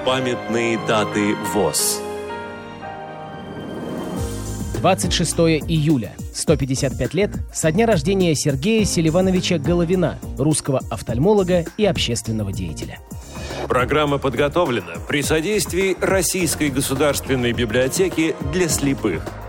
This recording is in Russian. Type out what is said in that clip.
Памятные даты ВОС. 26 июля. 155 лет со дня рождения Сергея Селивановича Головина, русского офтальмолога и общественного деятеля. Программа подготовлена при содействии Российской государственной библиотеки для слепых.